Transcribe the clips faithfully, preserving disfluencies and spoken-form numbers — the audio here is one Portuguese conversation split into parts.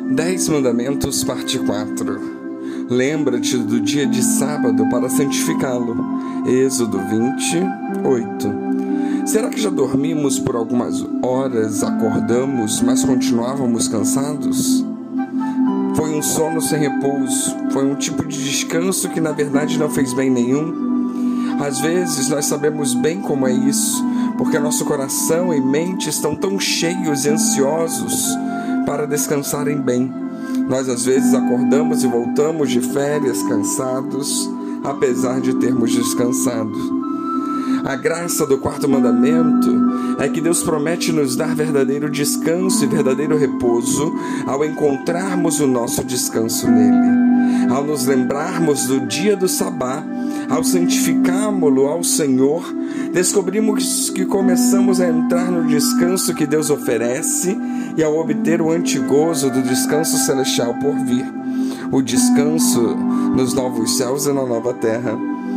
Dez Mandamentos, parte quatro. Lembra-te do dia de sábado para santificá-lo. Êxodo vinte, oito. Será que já dormimos por algumas horas, acordamos, mas continuávamos cansados? Foi um sono sem repouso, foi um tipo de descanso que na verdade não fez bem nenhum. Às vezes nós sabemos bem como é isso, porque nosso coração e mente estão tão cheios e ansiosos para descansarem bem. Nós às vezes acordamos e voltamos de férias cansados, apesar de termos descansado. A graça do quarto mandamento é que Deus promete nos dar verdadeiro descanso e verdadeiro repouso ao encontrarmos o nosso descanso nele. Ao nos lembrarmos do dia do sabá, ao santificá-lo ao Senhor, descobrimos que começamos a entrar no descanso que Deus oferece e ao obter o antigozo do descanso celestial por vir, o descanso nos novos céus e na nova terra.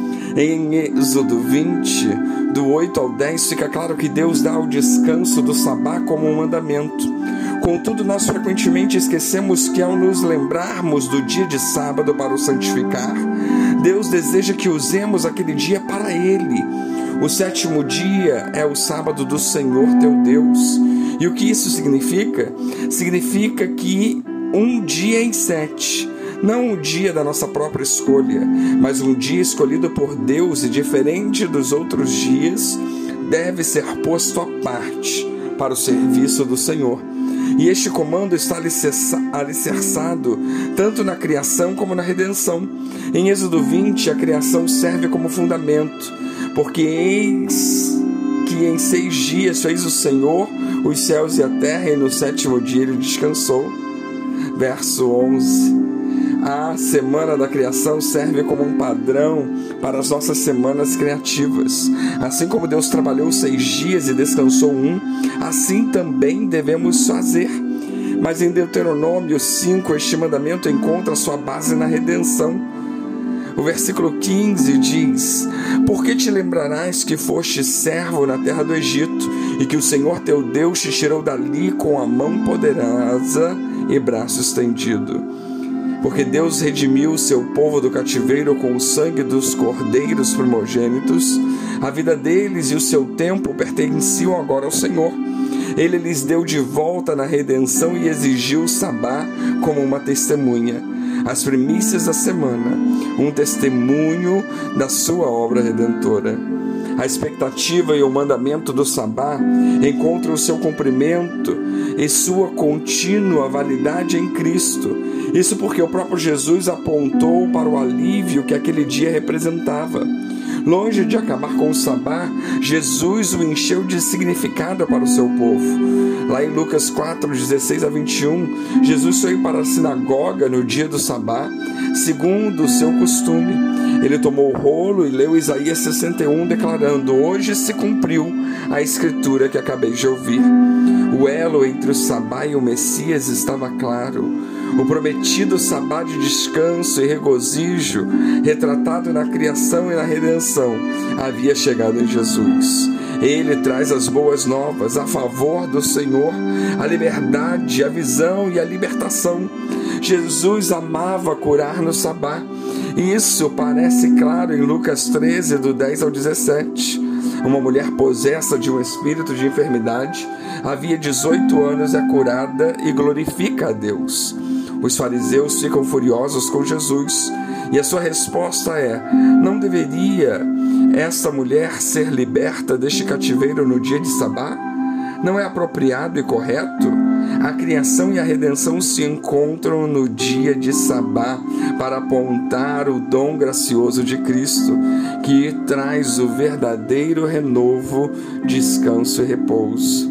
Em Êxodo vinte, do oito ao dez, fica claro que Deus dá o descanso do sabá como um mandamento. Contudo, nós frequentemente esquecemos que ao nos lembrarmos do dia de sábado para o santificar, Deus deseja que usemos aquele dia para Ele. O sétimo dia é o sábado do Senhor teu Deus. E o que isso significa? Significa que um dia em sete, não um dia da nossa própria escolha, mas um dia escolhido por Deus e diferente dos outros dias, deve ser posto à parte para o serviço do Senhor. E este comando está alicerçado tanto na criação como na redenção. Em Êxodo vinte, a criação serve como fundamento, porque eis que em seis dias fez o Senhor os céus e a terra, e no sétimo dia ele descansou. Verso onze. A semana da criação serve como um padrão para as nossas semanas criativas. Assim como Deus trabalhou seis dias e descansou um, assim também devemos fazer. Mas em Deuteronômio cinco, este mandamento encontra sua base na redenção. O versículo quinze diz: Por que te lembrarás que foste servo na terra do Egito, e que o Senhor teu Deus te tirou dali com a mão poderosa e braço estendido? Porque Deus redimiu o seu povo do cativeiro com o sangue dos cordeiros primogênitos. A vida deles e o seu tempo pertenciam agora ao Senhor. Ele lhes deu de volta na redenção e exigiu o sabá como uma testemunha, as primícias da semana, um testemunho da sua obra redentora. A expectativa e o mandamento do sabá encontram o seu cumprimento e sua contínua validade em Cristo. Isso porque o próprio Jesus apontou para o alívio que aquele dia representava. Longe de acabar com o sabá, Jesus o encheu de significado para o seu povo. Lá em Lucas quatro, dezesseis a vinte e um, Jesus foi para a sinagoga no dia do sabá, segundo o seu costume. Ele tomou o rolo e leu Isaías sessenta e um, declarando: Hoje se cumpriu a escritura que acabei de ouvir. O elo entre o sabá e o Messias estava claro. O prometido sabá de descanso e regozijo, retratado na criação e na redenção, havia chegado em Jesus. Ele traz as boas novas a favor do Senhor, a liberdade, a visão e a libertação. Jesus amava curar no sabá. Isso parece claro em Lucas treze, do dez ao dezessete. Uma mulher possessa de um espírito de enfermidade, havia dezoito anos, é curada e glorifica a Deus. Os fariseus ficam furiosos com Jesus e a sua resposta é: não deveria esta mulher ser liberta deste cativeiro no dia de sabá? Não é apropriado e correto? A criação e a redenção se encontram no dia de sabá para apontar o dom gracioso de Cristo, que traz o verdadeiro renovo, descanso e repouso.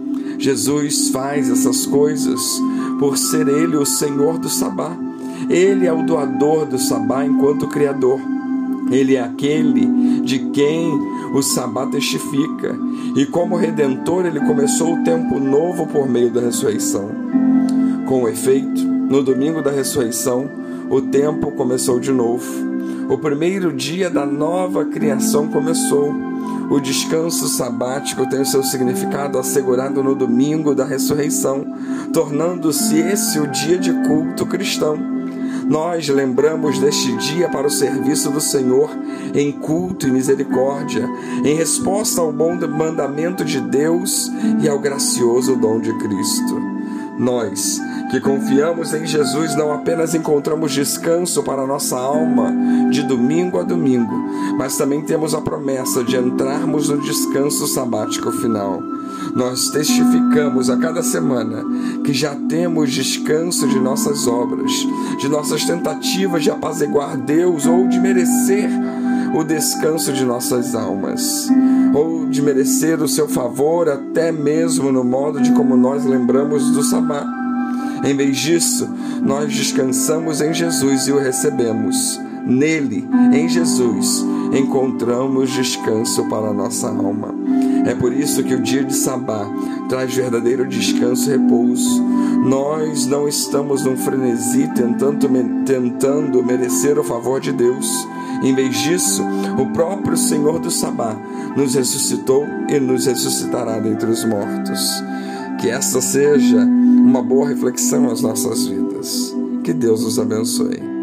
Jesus faz essas coisas por ser Ele o Senhor do sabá. Ele é o doador do sabá enquanto Criador. Ele é aquele de quem o sabá testifica. E como Redentor, Ele começou o tempo novo por meio da ressurreição. Com efeito, no domingo da ressurreição, o tempo começou de novo. O primeiro dia da nova criação começou. o descanso sabático tem o seu significado assegurado no domingo da ressurreição, tornando-se esse o dia de culto cristão. Nós lembramos deste dia para o serviço do Senhor em culto e misericórdia, em resposta ao bom mandamento de Deus e ao gracioso dom de Cristo. Nós, que confiamos em Jesus, não apenas encontramos descanso para a nossa alma de domingo a domingo, mas também temos a promessa de entrarmos no descanso sabático final. Nós testificamos a cada semana que já temos descanso de nossas obras, de nossas tentativas de apaziguar Deus ou de merecer o descanso de nossas almas, ou de merecer o seu favor até mesmo no modo de como nós lembramos do sabá. Em vez disso, nós descansamos em Jesus e o recebemos. Nele, em Jesus, encontramos descanso para a nossa alma. É por isso que o dia de sabá traz verdadeiro descanso e repouso. Nós não estamos num frenesi tentando, tentando merecer o favor de Deus. Em vez disso, o próprio Senhor do sabá nos ressuscitou e nos ressuscitará dentre os mortos. Que essa seja uma boa reflexão às nossas vidas. Que Deus nos abençoe.